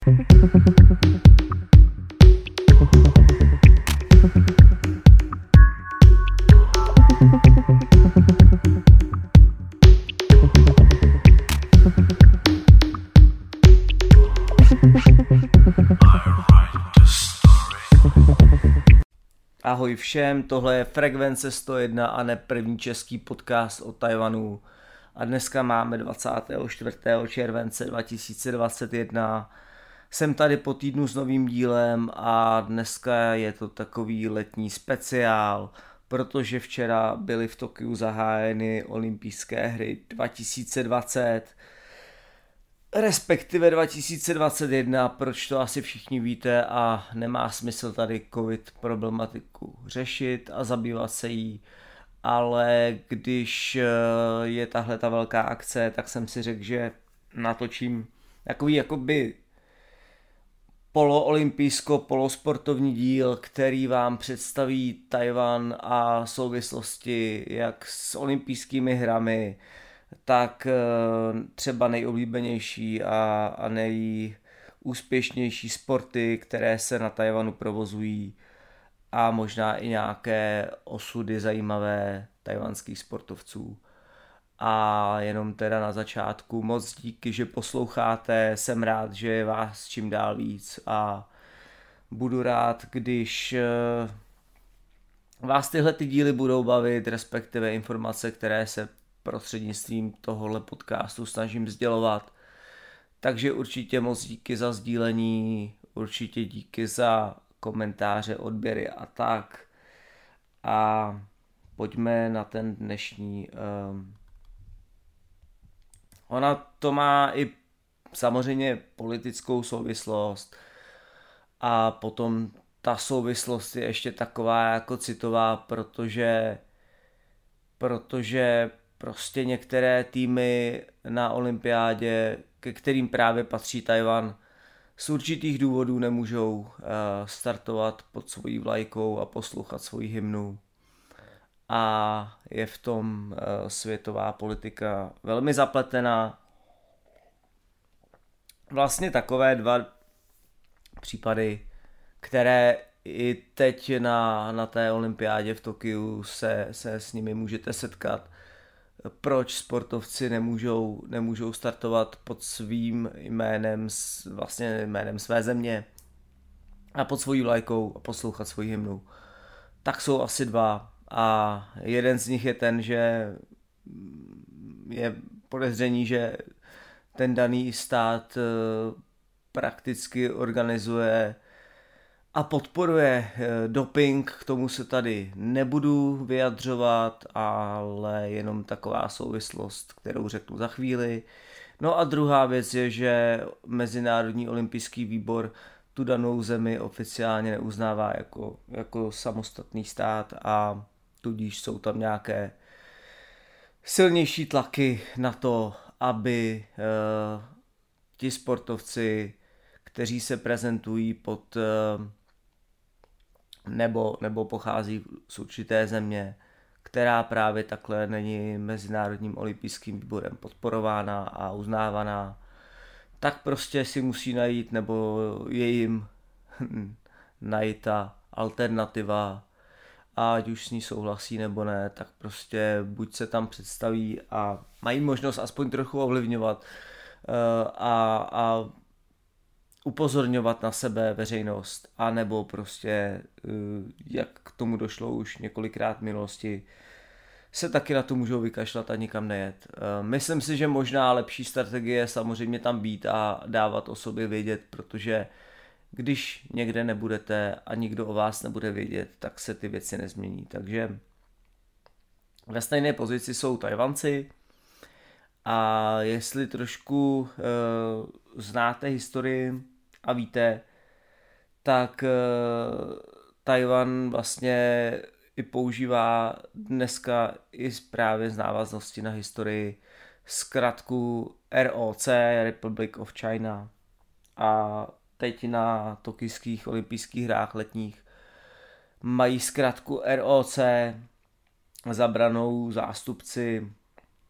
Ahoj všem, tohle je Frekvence 101 a ne první český podcast o Tchaj-wanu. A dneska máme 24. července 2021. Jsem tady po týdnu s novým dílem a dneska je to takový letní speciál, protože včera byly v Tokiu zahájeny olympijské hry 2020, respektive 2021, proč to asi všichni víte a nemá smysl tady covid problematiku řešit a zabývat se jí, ale když je tahle ta velká akce, tak jsem si řekl, že natočím takový jakoby polosportovní díl, který vám představí Tchaj-wan a souvislosti jak s olympijskými hrami, tak třeba nejoblíbenější a nejúspěšnější sporty, které se na Tchaj-wanu provozují a možná i nějaké osudy zajímavé tchajwanských sportovců. A jenom teda na začátku moc díky, že posloucháte, jsem rád, že je vás čím dál víc a budu rád, když vás tyhle ty díly budou bavit, respektive informace, které se prostřednictvím tohohle podcastu snažím sdělovat. Takže určitě moc díky za sdílení, určitě díky za komentáře, odběry a tak. A pojďme na ten dnešní. Ona to má i samozřejmě politickou souvislost a potom ta souvislost je ještě taková jako citová, protože prostě některé týmy na olympiádě, ke kterým právě patří Tchaj-wan, z určitých důvodů nemůžou startovat pod svojí vlajkou a poslouchat svoji hymnu. A je v tom světová politika velmi zapletená. Vlastně takové dva případy, které i teď na té olympiádě v Tokiu se s nimi můžete setkat. Proč sportovci nemůžou startovat pod svým jménem, vlastně jménem své země a pod svojí vlajkou a poslouchat svoji hymnu. Tak jsou asi dva a jeden z nich je ten, že je podezření, že ten daný stát prakticky organizuje a podporuje doping, k tomu se tady nebudu vyjadřovat, ale jenom taková souvislost, kterou řeknu za chvíli. No a druhá věc je, že Mezinárodní olympijský výbor tu danou zemi oficiálně neuznává jako samostatný stát a tudíž jsou tam nějaké silnější tlaky na to, aby ti sportovci, kteří se prezentují pod nebo pochází z určité země, která právě takhle není Mezinárodním olympijským výborem podporována a uznávaná, tak prostě si musí najít, nebo je jim najít ta alternativa a ať už s ní souhlasí nebo ne, tak prostě buď se tam představí a mají možnost aspoň trochu ovlivňovat a upozorňovat na sebe veřejnost, anebo prostě, jak k tomu došlo už několikrát v minulosti, se taky na to můžou vykašlat a nikam nejet. Myslím si, že možná lepší strategie je samozřejmě tam být a dávat o sobě vědět, protože když někde nebudete a nikdo o vás nebude vědět, tak se ty věci nezmění. Takže ve stejné pozici jsou Tchaj-wanci a jestli trošku znáte historii a víte, tak Tchaj-wan vlastně i používá dneska i právě z návaznosti na historii zkratku ROC, Republic of China. A teď na tokijských olympijských hrách letních mají zkratku ROC, zabranou zástupci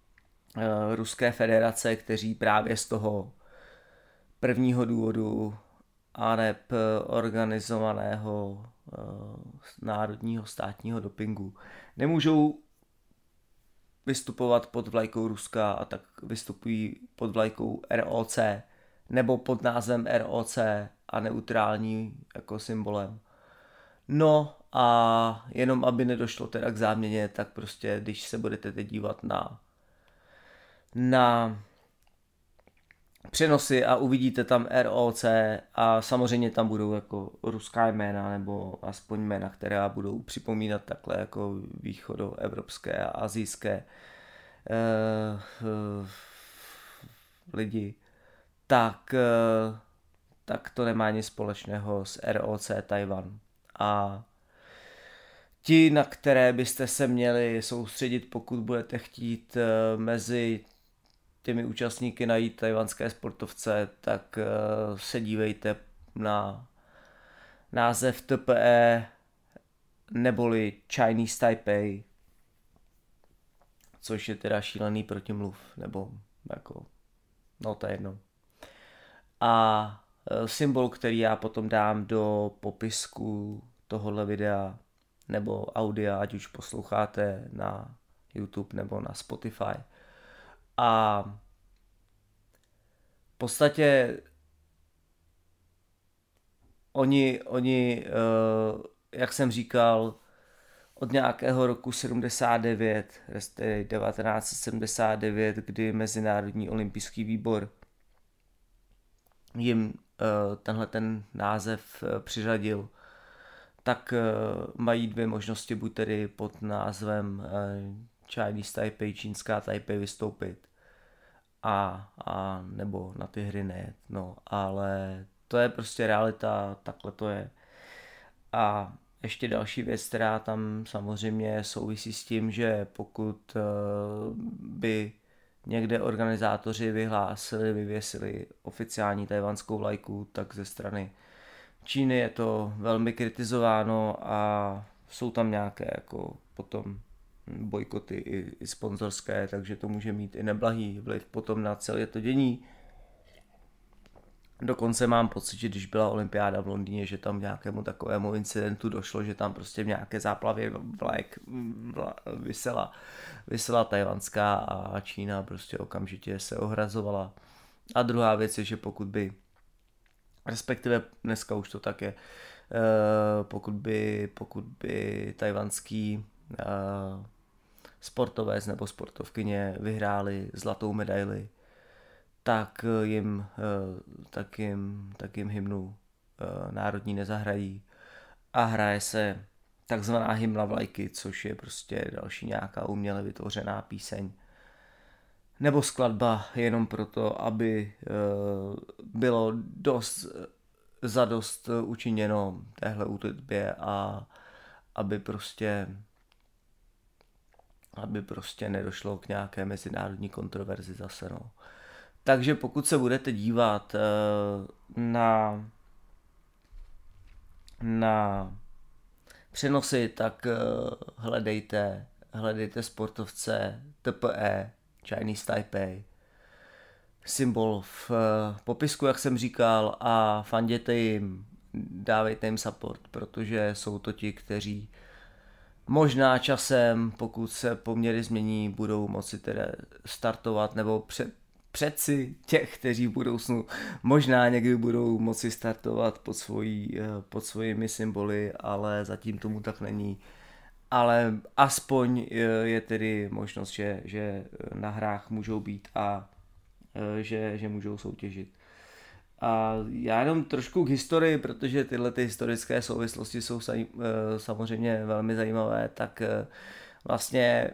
Ruské federace, kteří právě z toho prvního důvodu aneb organizovaného národního státního dopingu. Nemůžou vystupovat pod vlajkou Ruska a tak vystupují pod vlajkou ROC nebo pod názvem ROC a neutrální jako symbolem. No a jenom aby nedošlo teda k záměně, tak prostě když se budete teď dívat na přenosy a uvidíte tam ROC a samozřejmě tam budou jako ruská jména nebo aspoň jména, která budou připomínat takhle jako východoevropské a asijské lidi, tak to nemá nic společného s ROC Taiwan. A ti, na které byste se měli soustředit, pokud budete chtít mezi těmi účastníky najít tajvanské sportovce, tak se dívejte na název TPE neboli Chinese Taipei, což je teda šílený protimluv, nebo jako, no to je jedno. A symbol, který já potom dám do popisku tohohle videa nebo audia, ať už posloucháte na YouTube nebo na Spotify. A v podstatě oni, jak jsem říkal, od nějakého roku 79, respektive 1979, kdy Mezinárodní olympijský výbor jim tenhle ten název přiřadil, tak mají dvě možnosti, buď tedy pod názvem Chinese Taipei, čínská Taipei vystoupit a nebo na ty hry nejet, no, ale to je prostě realita, takhle to je. A ještě další věc, která tam samozřejmě souvisí s tím, že pokud by někde organizátoři vyvěsili oficiální tajvanskou vlajku, tak ze strany Číny je to velmi kritizováno a jsou tam nějaké jako potom bojkoty i sponzorské, takže to může mít i neblahý vliv potom na celé to dění. Dokonce mám pocit, že když byla olympiáda v Londýně, že tam nějakému takovému incidentu došlo, že tam prostě v nějaké záplavě vlajek visela tajvanská a Čína prostě okamžitě se ohrazovala. A druhá věc je, že pokud by, respektive dneska už to tak je, pokud by tajvanský sportovec nebo sportovkyně vyhráli zlatou medaili, tak jim hymnu národní nezahrají a hraje se takzvaná hymna vlajky, což je prostě další nějaká uměle vytvořená píseň nebo skladba jenom proto, aby bylo zadost učiněno téhle útrbě a aby prostě nedošlo k nějaké mezinárodní kontroverzi zase, no. Takže pokud se budete dívat na přenosy, tak hledejte sportovce TPE, Chinese Taipei, symbol v popisku, jak jsem říkal, a fanděte jim, dávejte jim support, protože jsou to ti, kteří možná časem, pokud se poměry změní, budou moci teda startovat, nebo předci těch, kteří v budoucnu možná někdy budou moci startovat pod svými symboly, ale zatím tomu tak není. Ale aspoň je tedy možnost, že na hrách můžou být a že můžou soutěžit. A já jenom trošku k historii, protože tyhle ty historické souvislosti jsou samozřejmě velmi zajímavé, tak vlastně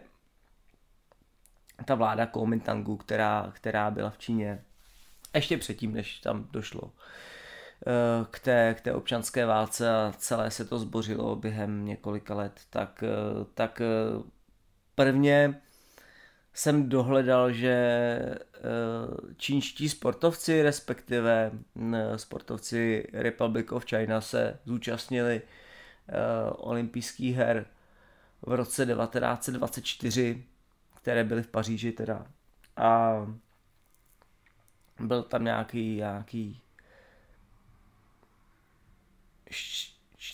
ta vláda Kuomintangu, která byla v Číně, ještě předtím, než tam došlo k té občanské válce a celé se to zbořilo během několika let, tak prvně jsem dohledal, že čínští sportovci, respektive sportovci Republic of China se zúčastnili olympijských her v roce 1924, které byly v Paříži teda. A byl tam nějaký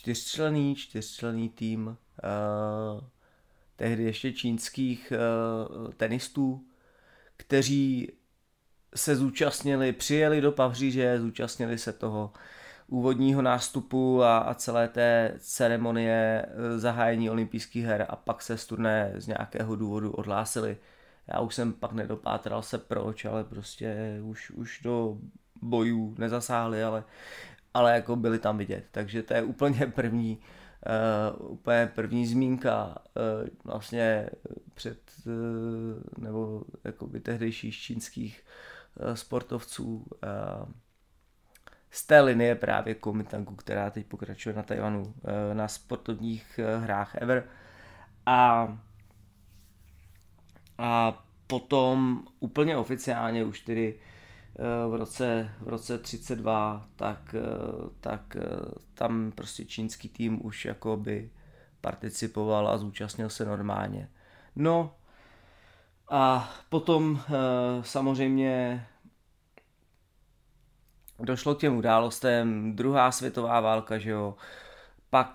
čtyřčlenný tým tehdy ještě čínských tenistů, kteří se přijeli do Paříže, zúčastnili se toho úvodního nástupu a celé té ceremonie zahájení olympijských her a pak se z turné z nějakého důvodu odhlásili. Já už jsem pak nedopátral se proč, ale prostě už do bojů nezasáhli, ale jako byli tam vidět. Takže to je úplně první zmínka vlastně nebo jakoby tehdejších čínských sportovců z té linie právě Kuomintangu, která teď pokračuje na Tchaj-wanu na sportovních hrách ever. A potom úplně oficiálně už tedy v roce 32, tak tam prostě čínský tým už jakoby participoval a zúčastnil se normálně. No a potom samozřejmě došlo k těm událostem, druhá světová válka, že jo, pak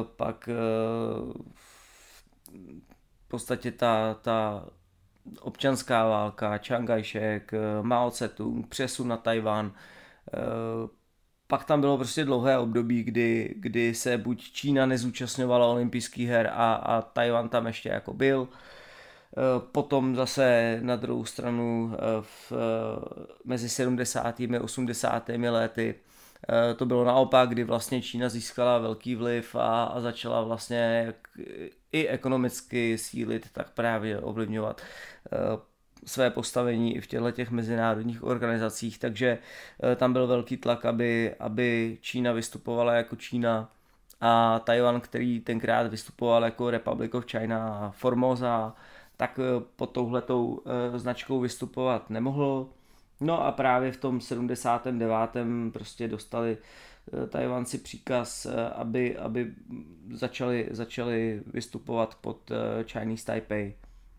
v podstatě ta občanská válka, Chiang Kai-shek, Mao Tse-tung, přesun na Tchaj-wan, pak tam bylo prostě dlouhé období, kdy se buď Čína nezúčastňovala olympijských her a Tchaj-wan tam ještě jako byl. Potom zase na druhou stranu mezi 70. a 80. lety to bylo naopak, kdy vlastně Čína získala velký vliv a začala vlastně i ekonomicky sílit, tak právě ovlivňovat své postavení i v těchto mezinárodních organizacích, takže tam byl velký tlak, aby Čína vystupovala jako Čína a Tchaj-wan, který tenkrát vystupoval jako Republic of China a Formosa, tak pod touhletou značkou vystupovat nemohl. No a právě v tom 79. prostě dostali Tchaj-wanci příkaz, aby začali vystupovat pod Chinese Taipei.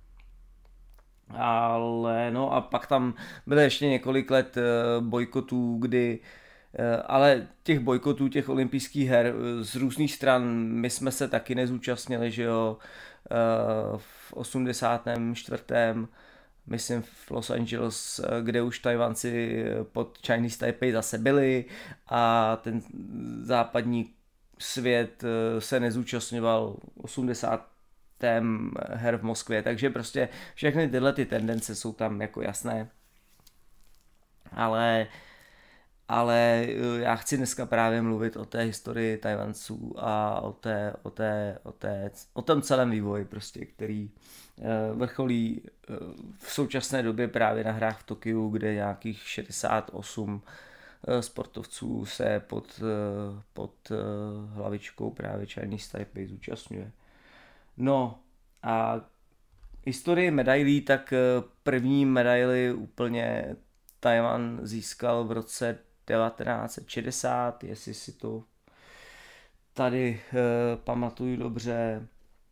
Ale no a pak tam bylo ještě několik let bojkotů, ale těch bojkotů, těch olympijských her z různých stran, my jsme se taky nezúčastnili, že jo, v 84. myslím v Los Angeles, kde už Tchaj-wanci pod Chinese Taipei zase byli a ten západní svět se nezúčastňoval 80. her v Moskvě, takže prostě všechny tyhle ty tendence jsou tam jako jasné. Ale já chci dneska právě mluvit o té historii Tchaj-wanců a o tom celém vývoji, prostě, který vrcholí v současné době právě na hrách v Tokiu, kde nějakých 68 sportovců se pod hlavičkou právě Chinese Taipei zúčastňuje. No a historii medailí, tak první medaili úplně Tchaj-wan získal v roce 1960, jestli si to tady pamatuju dobře.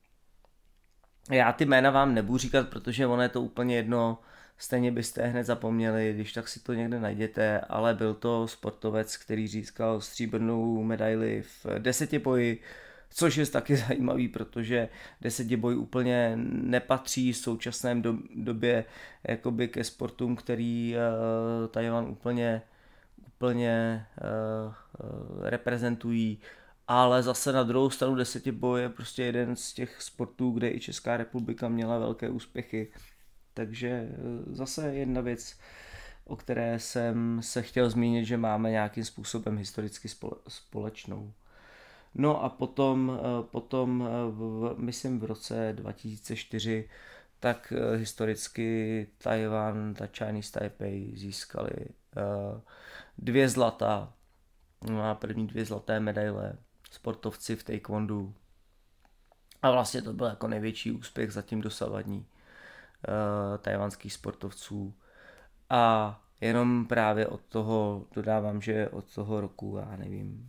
Já ty jména vám nebudu říkat, protože ono je to úplně jedno, stejně byste hned zapomněli, když tak si to někde najděte, ale byl to sportovec, který získal stříbrnou medaili v desetiboji, což je taky zajímavý, protože desetiboj úplně nepatří v současném době jakoby ke sportům, který Tchaj-wan úplně reprezentují, ale zase na druhou stranu desetiboj je prostě jeden z těch sportů, kde i Česká republika měla velké úspěchy. Takže zase jedna věc, o které jsem se chtěl zmínit, že máme nějakým způsobem historicky společnou. No a potom myslím v roce 2004, tak historicky Tchaj-wan, ta Chinese Taipei získali 2 zlata, no první 2 zlaté medaile, sportovci v taekwondu. A vlastně to byl jako největší úspěch zatím dosavadní tchajwanských sportovců. A jenom právě od toho, dodávám, že od toho roku, já nevím,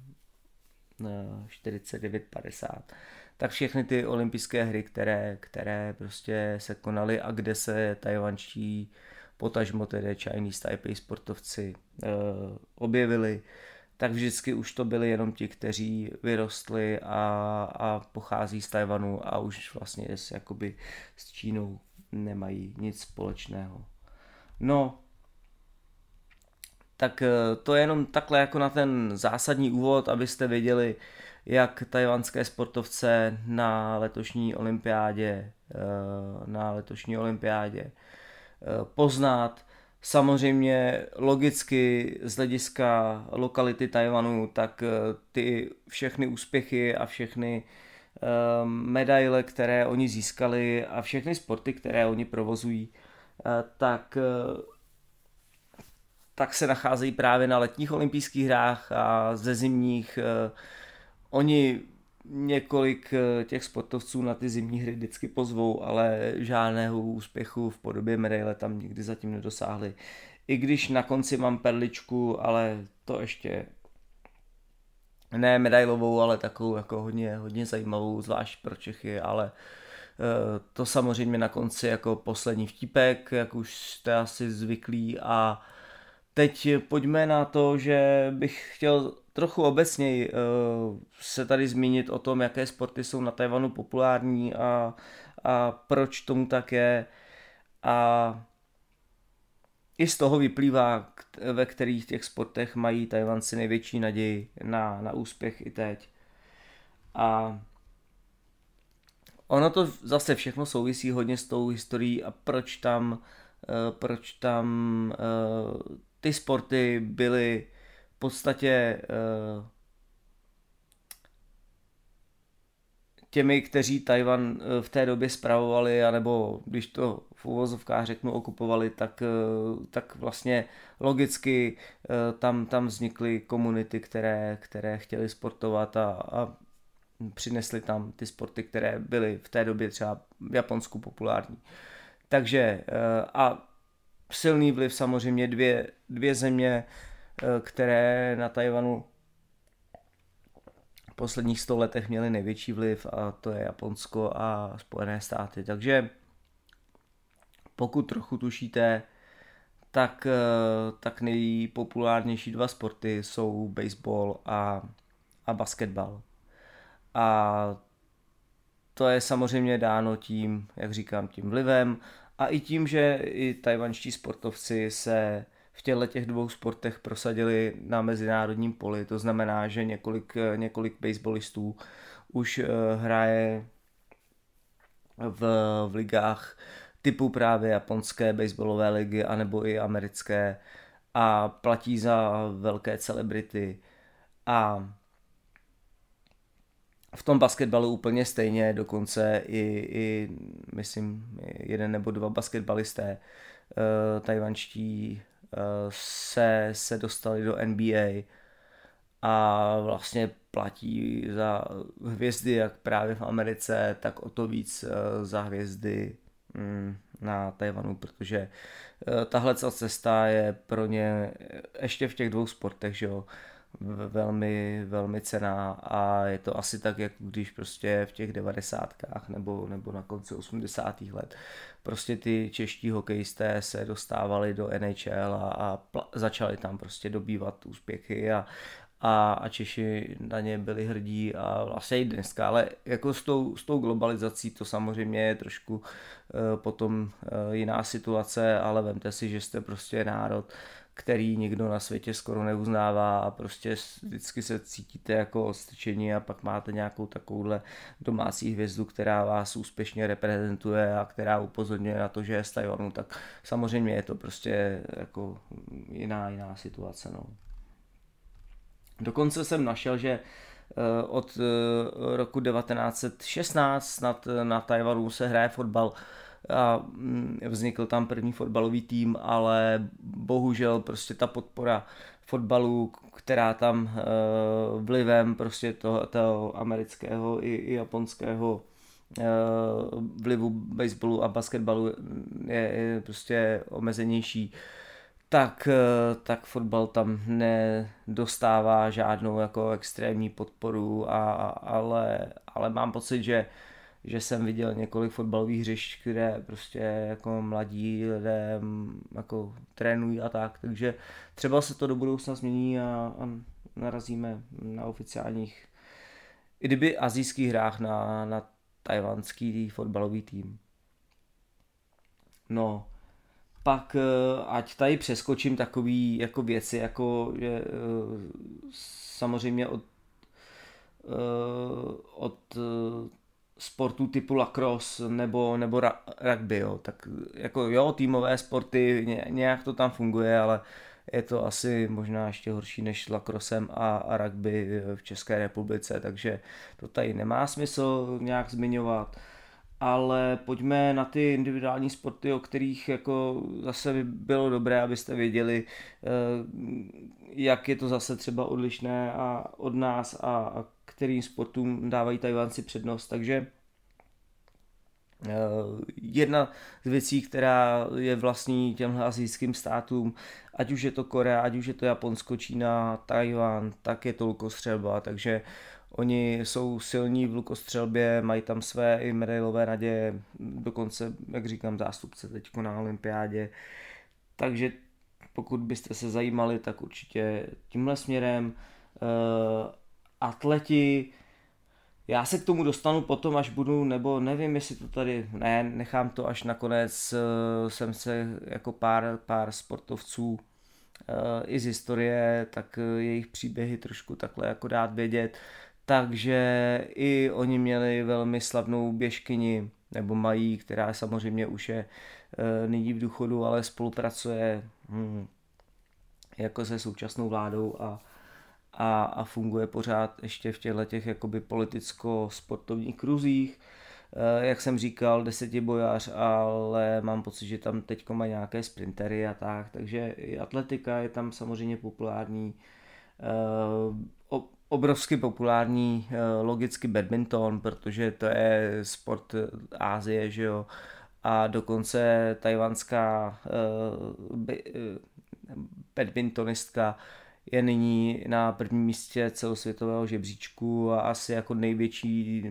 49-50, tak všechny ty olympijské hry, které prostě se konaly a kde se tchajwanští, potažmo tedy Chinese Taipei sportovci objevili, tak vždycky už to byli jenom ti, kteří vyrostli a pochází z Tajvanu a už vlastně jakoby s Čínou nemají nic společného. No, tak to je jenom takhle jako na ten zásadní úvod, abyste věděli, jak tajvanské sportovce na letošní olympiádě poznat. Samozřejmě logicky z hlediska lokality Tajvanu, tak ty všechny úspěchy a všechny medaile, které oni získali a všechny sporty, které oni provozují, tak se nacházejí právě na letních olympijských hrách a ze zimních. Oni několik těch sportovců na ty zimní hry vždycky pozvou, ale žádného úspěchu v podobě medaile tam nikdy zatím nedosáhli. I když na konci mám perličku, ale to ještě ne medailovou, ale takovou jako hodně zajímavou, zvlášť pro Čechy, ale to samozřejmě na konci jako poslední vtípek, jak už jste asi zvyklí. A teď pojďme na to, že bych chtěl trochu obecněji se tady zmínit o tom, jaké sporty jsou na Tajvanu populární a proč tomu tak je. A i z toho vyplývá, ve kterých těch sportech mají Tajvanci největší naději na úspěch i teď. A ono to zase všechno souvisí hodně s tou historií a proč tam ty sporty byly v podstatě těmi, kteří Tajvan v té době spravovali, anebo když to v uvozovkách řeknu okupovali, tak vlastně logicky tam vznikly komunity, které chtěly sportovat a přinesly tam ty sporty, které byly v té době třeba v Japonsku populární. Takže a silný vliv samozřejmě dvě země, které na Tajvanu v posledních 100 letech měly největší vliv, a to je Japonsko a Spojené státy. Takže pokud trochu tušíte, tak nejpopulárnější dva sporty jsou baseball a basketbal. A to je samozřejmě dáno tím, jak říkám, tím vlivem a i tím, že i tajvanští sportovci se v těch dvou sportech prosadili na mezinárodním poli. To znamená, že několik baseballistů už hraje v ligách typu právě japonské baseballové ligy anebo i americké a platí za velké celebrity. A v tom basketbalu úplně stejně, dokonce i myslím, jeden nebo dva basketbalisté tajvanští se dostali do NBA a vlastně platí za hvězdy jak právě v Americe, tak o to víc za hvězdy na Tajvanu, protože tahle cesta je pro ně ještě v těch dvou sportech, že jo, velmi, velmi cenná a je to asi tak, jak když prostě v těch 90kách nebo na konci 80. let prostě ty čeští hokejisté se dostávali do NHL a začali tam prostě dobývat úspěchy a Češi na ně byli hrdí a vlastně i dneska, ale jako s tou globalizací to samozřejmě je trošku potom jiná situace, ale vemte si, že jste prostě národ, který nikdo na světě skoro neuznává a prostě vždycky se cítíte jako odstrčení a pak máte nějakou takovouhle domácí hvězdu, která vás úspěšně reprezentuje a která upozorňuje na to, že je z Tajvanu, tak samozřejmě je to prostě jako jiná situace. No. Dokonce jsem našel, že od roku 1916 snad na Tajvanu se hraje fotbal a vznikl tam první fotbalový tým, ale bohužel prostě ta podpora fotbalu, která tam vlivem prostě toho amerického i japonského vlivu baseballu a basketbalu je prostě omezenější, tak fotbal tam nedostává žádnou jako extrémní podporu, ale mám pocit, že že jsem viděl několik fotbalových hřišť, kde prostě jako mladí lidé jako trénují a tak, takže třeba se to do budoucna změní a narazíme na oficiálních, i kdyby asijských hrách na tajvanský fotbalový tým. No, pak ať tady přeskočím takový jako věci, jako že samozřejmě od sportů typu lacrosse nebo rugby, jo. Tak jako jo, týmové sporty, nějak to tam funguje, ale je to asi možná ještě horší než lacrossem a rugby v České republice, takže to tady nemá smysl nějak zmiňovat. Ale pojďme na ty individuální sporty, o kterých jako zase by bylo dobré, abyste věděli, jak je to zase třeba odlišné od nás a kterým sportům dávají Tajvanci přednost. Takže jedna z věcí, která je vlastní těmhle asijským státům, ať už je to Korea, ať už je to Japonsko, Čína, Tajvan, tak je to lukostřelba, takže oni jsou silní v lukostřelbě, mají tam své i medailové naděje, dokonce, jak říkám, zástupce teď na olympiádě, takže pokud byste se zajímali, tak určitě tímhle směrem. Atleti, já se k tomu dostanu potom, až budu, nebo nevím, jestli to tady, ne, nechám to až nakonec, jsem se jako pár sportovců i z historie, tak jejich příběhy trošku takhle jako dát vědět, takže i oni měli velmi slavnou běžkyni, nebo mají, která samozřejmě už je nyní v důchodu, ale spolupracuje jako se současnou vládou a funguje pořád ještě v těch jakoby politicko-sportovních kruzích. Jak jsem říkal, 10bojař, ale mám pocit, že tam teď mají nějaké sprintery a tak, takže i atletika je tam samozřejmě populární. Obrovsky populární logicky badminton, protože to je sport Asie, že jo, a dokonce tajvanská badmintonistka je nyní na prvním místě celosvětového žebříčku a asi jako největší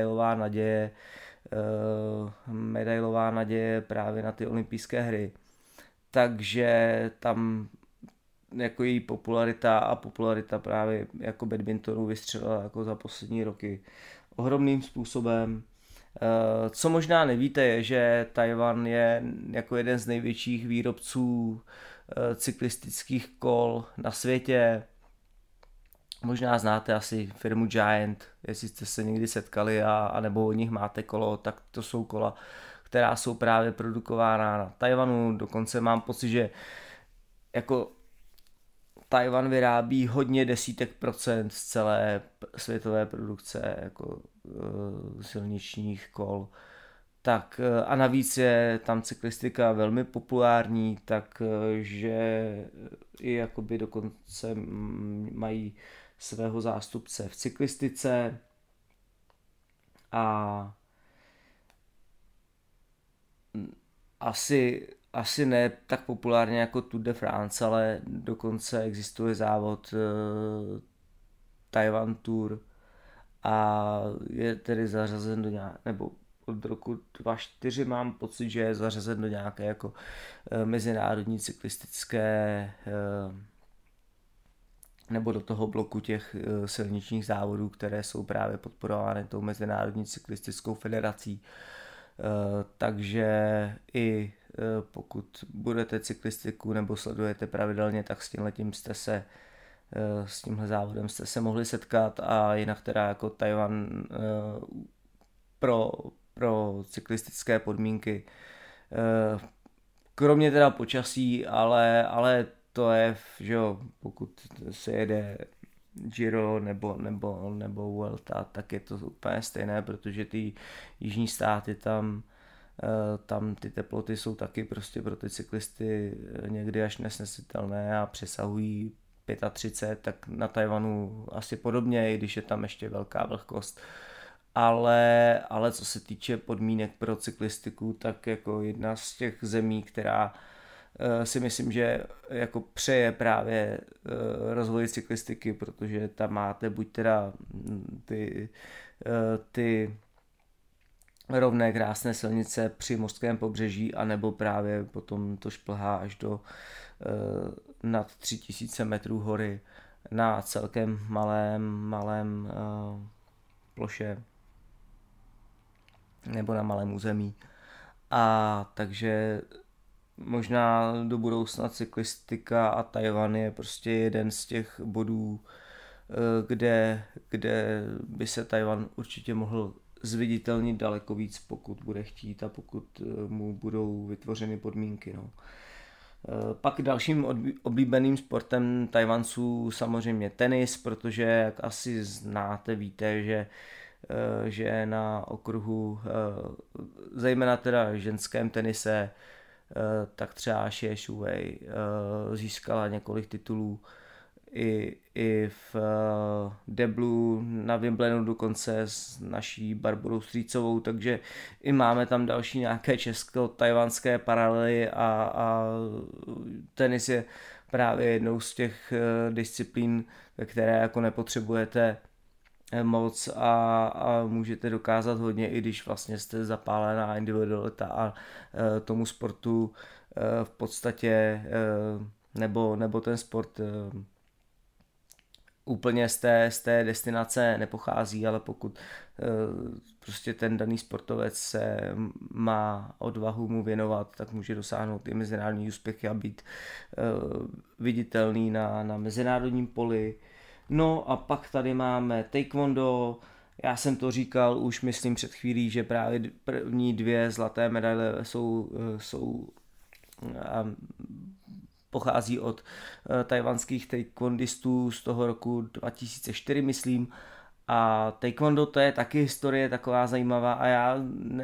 medailová naděje právě na ty olympijské hry. Takže tam jako její popularita právě jako badmintonu vystřelila jako za poslední roky ohromným způsobem. Co možná nevíte, je, že Tajvan je jako jeden z největších výrobců cyklistických kol na světě. Možná znáte asi firmu Giant, jestli jste se někdy setkali a nebo od nich máte kolo, tak to jsou kola, která jsou právě produkována na Tajvanu. Dokonce mám pocit, že jako Tajvan vyrábí hodně desítek procent z celé světové produkce jako silničních kol. Tak a navíc je tam cyklistika velmi populární, takže i jakoby dokonce mají svého zástupce v cyklistice a asi ne tak populárně jako Tour de France, ale dokonce existuje závod Taiwan Tour a je tedy zařazen do nebo od roku 2004 mám pocit, že je zařazen do nějaké jako mezinárodní cyklistické nebo do toho bloku těch silničních závodů, které jsou právě podporovány tou Mezinárodní cyklistickou federací. Takže i pokud budete cyklistiku nebo sledujete pravidelně, tak s tímhle závodem jste se mohli setkat a jinak teda jako Tajvan pro cyklistické podmínky. Kromě teda počasí, ale to je, že jo, pokud se jede Giro nebo Vuelta, tak je to úplně stejné, protože ty jižní státy tam ty teploty jsou taky prostě pro ty cyklisty někdy až nesnesitelné a přesahují 35, tak na Tajvanu asi podobně, i když je tam ještě velká vlhkost. Ale co se týče podmínek pro cyklistiku, tak jako jedna z těch zemí, která si myslím, že jako přeje právě rozvoj cyklistiky, protože tam máte buď teda ty rovné krásné silnice při mořském pobřeží, anebo právě potom to šplhá až do nad 3000 metrů hory na celkem malém ploše nebo na malém území. A takže možná do budoucna cyklistika a Tajvan je prostě jeden z těch bodů, kde by se Tajvan určitě mohl zviditelnit daleko víc, pokud bude chtít a pokud mu budou vytvořeny podmínky. No. Pak dalším oblíbeným sportem Tajvanců samozřejmě tenis, protože jak asi znáte, víte, že na okruhu, zejména teda ženském tenise, tak třeba Xie Shuwei získala několik titulů i v deblu na Wimbledonu dokonce s naší Barborou Střícovou, takže i máme tam další nějaké česko-tajvanské paralely a tenis je právě jednou z těch disciplín, které jako nepotřebujete moc a můžete dokázat hodně, i když vlastně jste zapálená individualita a tomu sportu v podstatě nebo ten sport úplně z té destinace nepochází, ale pokud prostě ten daný sportovec se má odvahu mu věnovat, tak může dosáhnout i mezinárodní úspěchy a být viditelný na mezinárodním poli. No a pak tady máme taekwondo. Já jsem to říkal už myslím před chvílí, že právě první 2 zlaté medaile jsou pochází od tajvanských taekwondistů z toho roku 2004, myslím. A taekwondo to je taky historie taková zajímavá a já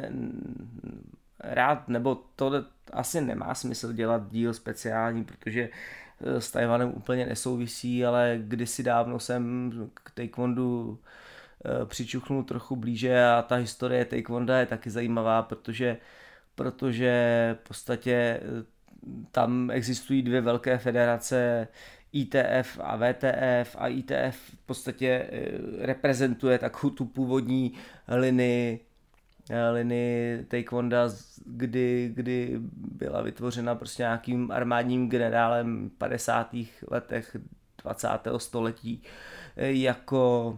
rád, nebo to asi nemá smysl dělat díl speciální, protože s Tajvanem úplně nesouvisí, ale kdysi dávno jsem k taekwondu přičuchnul trochu blíže a ta historie taekwonda je taky zajímavá, protože v podstatě tam existují 2 velké federace, ITF a VTF, a ITF v podstatě reprezentuje takovou tu původní linii taekwonda, kdy byla vytvořena prostě nějakým armádním generálem v 50. letech 20. století jako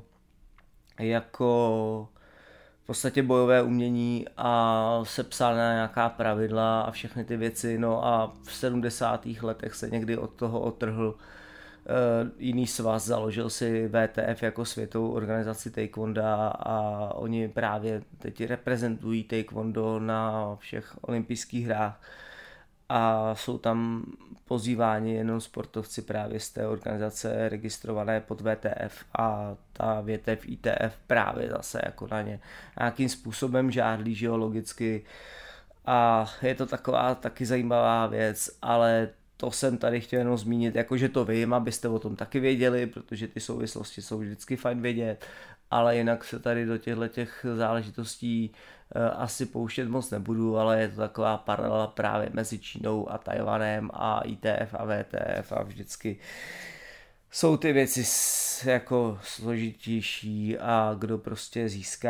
v podstatě bojové umění a sepsaná nějaká pravidla a všechny ty věci. No a v 70. letech se někdy od toho odtrhl jiný svaz, založil si VTF jako světovou organizaci taekwonda a oni právě teď reprezentují taekwondo na všech olympijských hrách a jsou tam pozýváni jenom sportovci právě z té organizace registrované pod VTF a ta větev ITF právě zase jako na ně nějakým způsobem žádlí geologicky a je to taková taky zajímavá věc, ale to jsem tady chtěl jenom zmínit, jakože to vím, abyste o tom taky věděli, protože ty souvislosti jsou vždycky fajn vědět, ale jinak se tady do těch záležitostí asi pouštět moc nebudu, ale je to taková paralela právě mezi Čínou a Tajvanem a ITF a VTF a vždycky jsou ty věci jako složitější a kdo prostě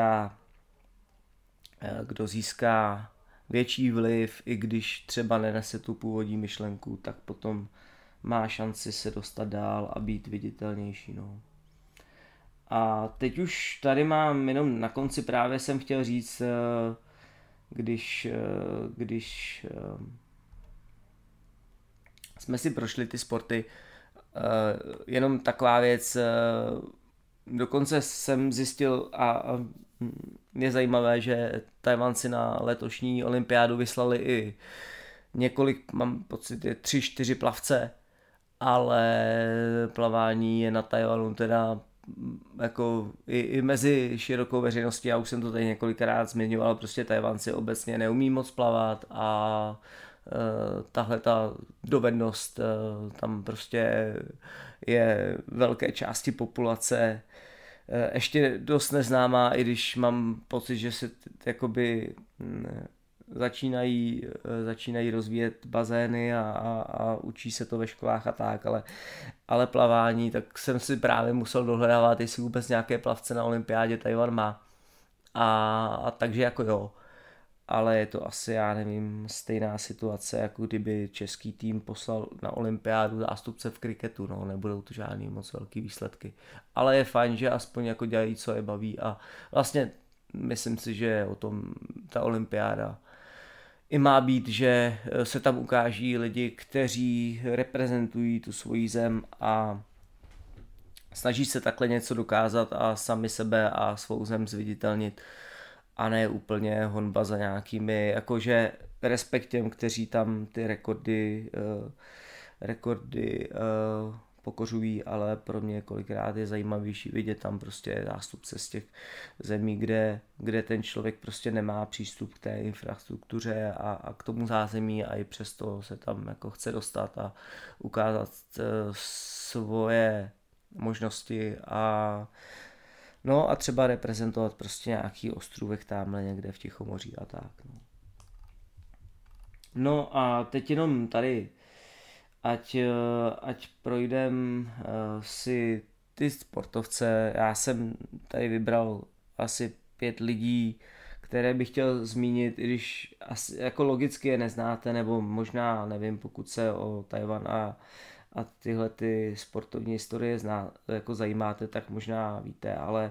získá větší vliv, i když třeba nenese tu původní myšlenku, tak potom má šanci se dostat dál a být viditelnější. No. A teď už tady mám jenom na konci právě jsem chtěl říct, když jsme si prošli ty sporty, jenom taková věc, dokonce jsem zjistil a je zajímavé, že Tajvanci na letošní olympiádu vyslali i několik, mám pocit, 3-4 plavce, ale plavání je na Tajvanu teda jako i mezi širokou veřejností, já už jsem to tady několikrát zmiňoval, prostě Tajvanci obecně neumí moc plavat a tahle ta dovednost tam prostě je velké části populace ještě dost neznámá, i když mám pocit, že se jakoby začínají rozvíjet bazény a učí se to ve školách a tak, ale plavání, tak jsem si právě musel dohledávat, jestli vůbec nějaké plavce na olympiádě Tajvan má. A takže jako jo. ale je to asi, já nevím, stejná situace, jako kdyby český tým poslal na olympiádu zástupce v kriketu, no, nebudou to žádný moc velký výsledky. Ale je fajn, že aspoň jako dělají, co je baví a vlastně myslím si, že o tom ta olympiáda i má být, že se tam ukáží lidi, kteří reprezentují tu svoji zem a snaží se takhle něco dokázat a sami sebe a svou zem zviditelnit a ne úplně honba za nějakými, jakože respekt těm, kteří tam ty rekordy pokořují, ale pro mě kolikrát je zajímavější vidět tam prostě zástupce z těch zemí, kde ten člověk prostě nemá přístup k té infrastruktuře a k tomu zázemí a i přesto se tam jako chce dostat a ukázat svoje možnosti a no a třeba reprezentovat prostě nějaký ostrůvek tamhle někde v Tichomoří a tak. No a teď jenom tady, ať projdem si ty sportovce. Já jsem tady vybral asi 5 lidí, které bych chtěl zmínit, i když asi jako logicky je neznáte, nebo možná, nevím, pokud se o Tchaj-wan a tyhle ty sportovní historie jako zajímáte, tak možná víte, ale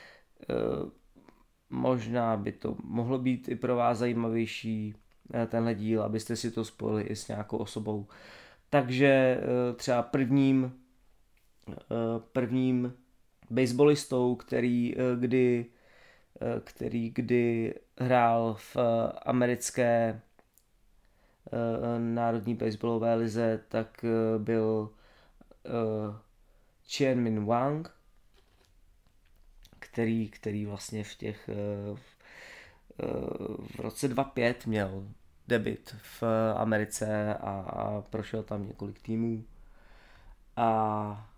možná by to mohlo být i pro vás zajímavější tenhle díl, abyste si to spojili i s nějakou osobou. Takže třeba prvním baseballistou, který kdy hrál v americké národní baseballové lize, tak byl Chien-Ming Wang, který vlastně v roce 2005 měl debut v Americe a prošel tam několik týmů. A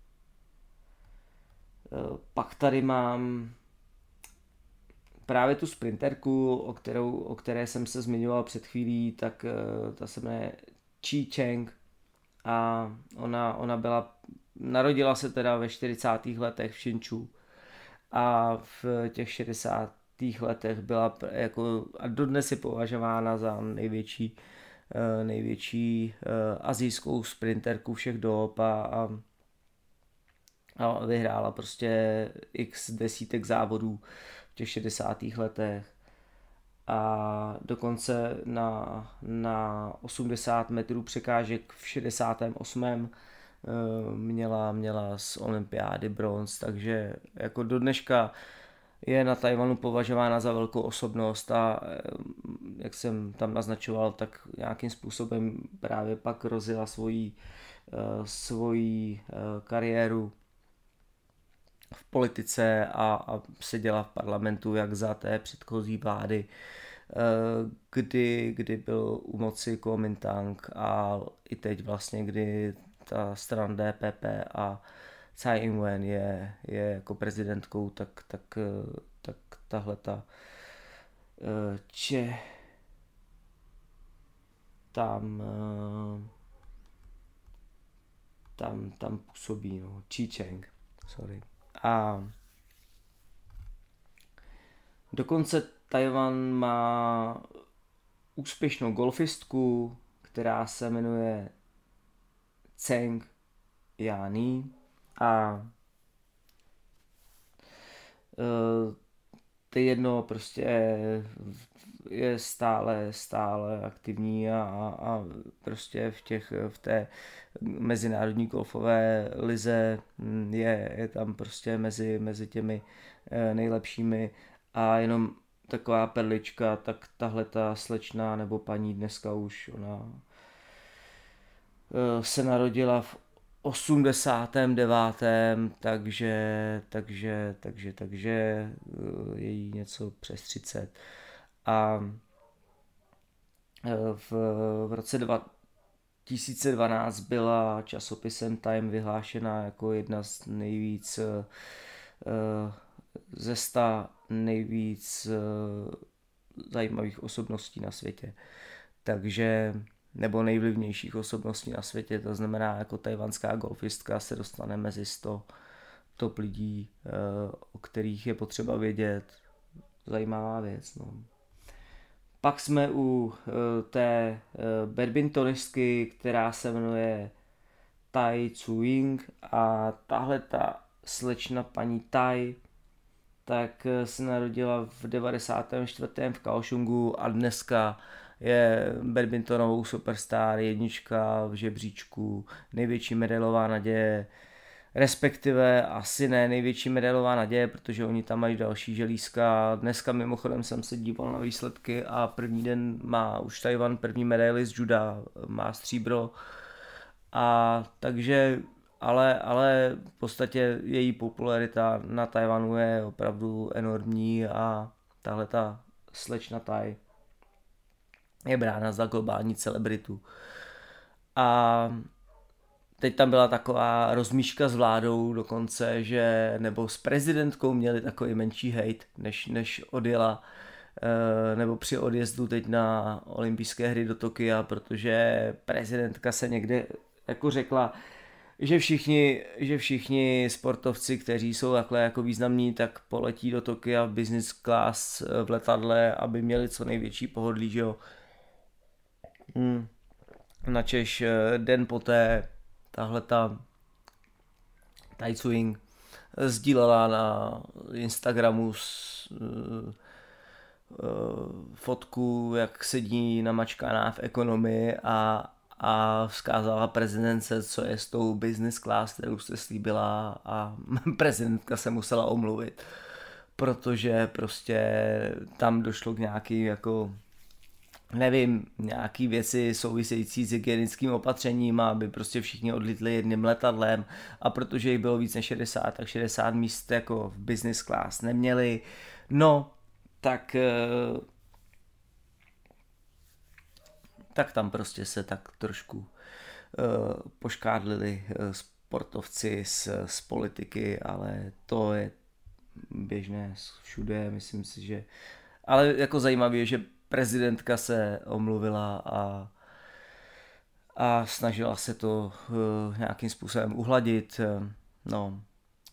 pak tady mám právě tu sprinterku, o které jsem se zmiňoval před chvílí, tak ta se jmenuje Chi Cheng a ona narodila se teda ve 40. letech v Hsinchu a v těch 60. letech byla jako a dodnes je považována za největší asijskou sprinterku všech dob a vyhrála prostě x desítek závodů v těch 60. letech a dokonce na 80 metrů překážek v 68. měla z olympiády bronz, takže jako do dneška je na Tchaj-wanu považována za velkou osobnost a jak jsem tam naznačoval, tak nějakým způsobem právě pak rozjela svoji kariéru v politice a seděla v parlamentu jak za té předchozí vlády, kdy byl u moci Kuomintang a i teď vlastně, kdy ta strana DPP a Tsai Ing-wen je jako prezidentkou, tak tahleta tam působí, no, Chi Cheng, sorry. A dokonce Tchaj-wan má úspěšnou golfistku, která se jmenuje Zheng Jani a to jedno prostě je stále aktivní a prostě v té mezinárodní golfové lize je tam prostě mezi těmi nejlepšími a jenom taková perlička, tak tahle ta slečna nebo paní dneska už ona se narodila v 89. takže je jí něco přes 30 a v roce 2012 byla časopisem Time vyhlášena jako jedna z nejvíc ze 100 nejvíc zajímavých osobností na světě. Takže nebo nejvlivnějších osobností na světě, to znamená jako tchajwanská golfistka se dostane mezi 100 top lidí, o kterých je potřeba vědět. Zajímavá věc, no. Pak jsme u té badmintonistky, která se jmenuje Tai Tzu-ying a tahle ta slečna paní Tai tak se narodila v 94. v Kaohsiungu a dneska je badmintonovou superstar, jednička v žebříčku, největší medailová naděje, respektive asi ne největší medailová naděje, protože oni tam mají další želízka. Dneska mimochodem jsem se díval na výsledky a první den má už Tajvan první medaili z juda, má stříbro. A takže, ale v podstatě její popularita na Tajvanu je opravdu enormní a tahle ta slečna Tai je brána za globální celebritu. A teď tam byla taková rozmíška s vládou dokonce, že nebo s prezidentkou měli takový menší hejt, než odjela nebo při odjezdu teď na olympijské hry do Tokia, protože prezidentka se někde jako řekla, že všichni sportovci, kteří jsou takhle jako významní, tak poletí do Tokia v business class v letadle, aby měli co největší pohodlí, že jo. Načež den poté tahle ta Tai Tzu-ying sdílela na Instagramu fotku, jak sedí namačkaná v ekonomii a vzkázala prezidentce, co je s tou business class, kterou se slíbila a prezidentka se musela omluvit, protože prostě tam došlo k nějaký jako nevím, nějaký věci související s hygienickým opatřením, aby prostě všichni odlítli jedním letadlem a protože jich bylo víc než 60, tak 60 míst jako v business class neměli. No, tak tam prostě se tak trošku poškádlili sportovci z politiky, ale to je běžné všude, myslím si, že ale jako zajímavé je, že prezidentka se omluvila a snažila se to nějakým způsobem uhladit. No,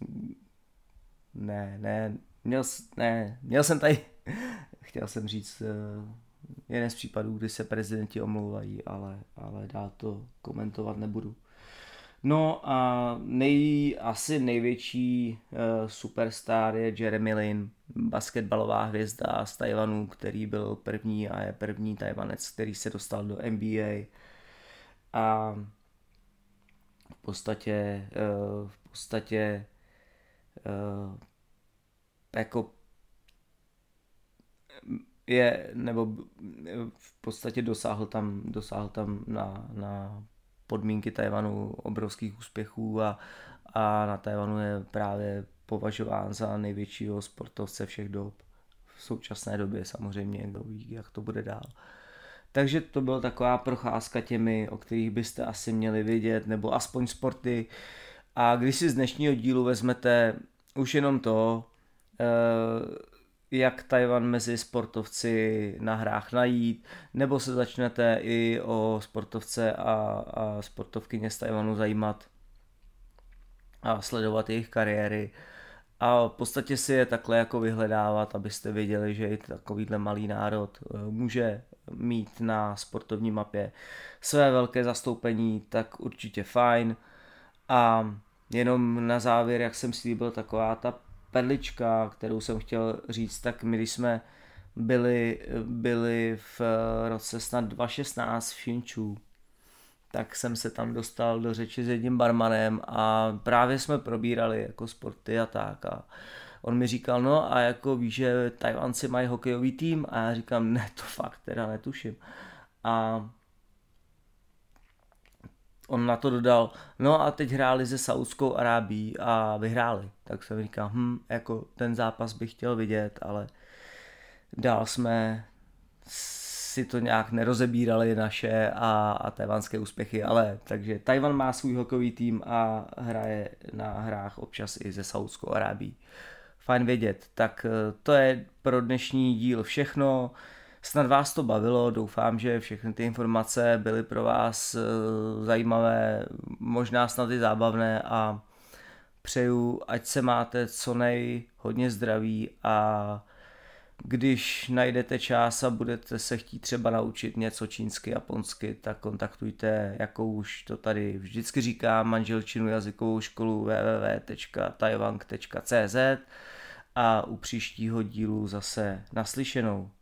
měl jsem tady, chtěl jsem říct, jeden z případů, kdy se prezidenti omlouvají, ale dál to komentovat nebudu. No a asi největší superstar je Jeremy Lin, basketbalová hvězda z Tajvanu, který byl první a je první Tajvanec, který se dostal do NBA. A v podstatě jako je, nebo v podstatě dosáhl tam na podmínky Tajvanu obrovských úspěchů a na Tajvanu je právě považován za největšího sportovce všech dob. V současné době samozřejmě, kdo ví, jak to bude dál. Takže to byla taková procházka těmi, o kterých byste asi měli vědět, nebo aspoň sporty. A když si z dnešního dílu vezmete už jenom to, jak Tajvan mezi sportovci na hrách najít, nebo se začnete i o sportovce a sportovkyně z Tajvanu zajímat a sledovat jejich kariéry a v podstatě si je takhle jako vyhledávat, abyste věděli, že i takovýhle malý národ může mít na sportovní mapě své velké zastoupení, tak určitě fajn. A jenom na závěr, jak jsem slíbil, taková ta perlička, kterou jsem chtěl říct, tak my když jsme byli v roce snad 2016 v Hsinchu, tak jsem se tam dostal do řeči s jedním barmanem a právě jsme probírali jako sporty a tak a on mi říkal, no a jako víš, že Tajvanci mají hokejový tým a já říkám, ne, to fakt teda netuším. A on na to dodal, no a teď hráli se Saudskou Arábií a vyhráli. Tak jsem říkal, jako ten zápas bych chtěl vidět, ale dál jsme si to nějak nerozebírali naše a tajvanské úspěchy, ale takže Tajvan má svůj hokejový tým a hraje na hrách občas i ze Saudskou Arábií. Fajn vědět. Tak to je pro dnešní díl všechno. Snad vás to bavilo, doufám, že všechny ty informace byly pro vás zajímavé, možná snad i zábavné a přeju, ať se máte co hodně zdraví a Když najdete čas a budete se chtít třeba naučit něco čínsky, japonsky, tak kontaktujte, jako už to tady vždycky říkám, manželčinu jazykovou školu www.taiwan.cz a u příštího dílu zase naslyšenou.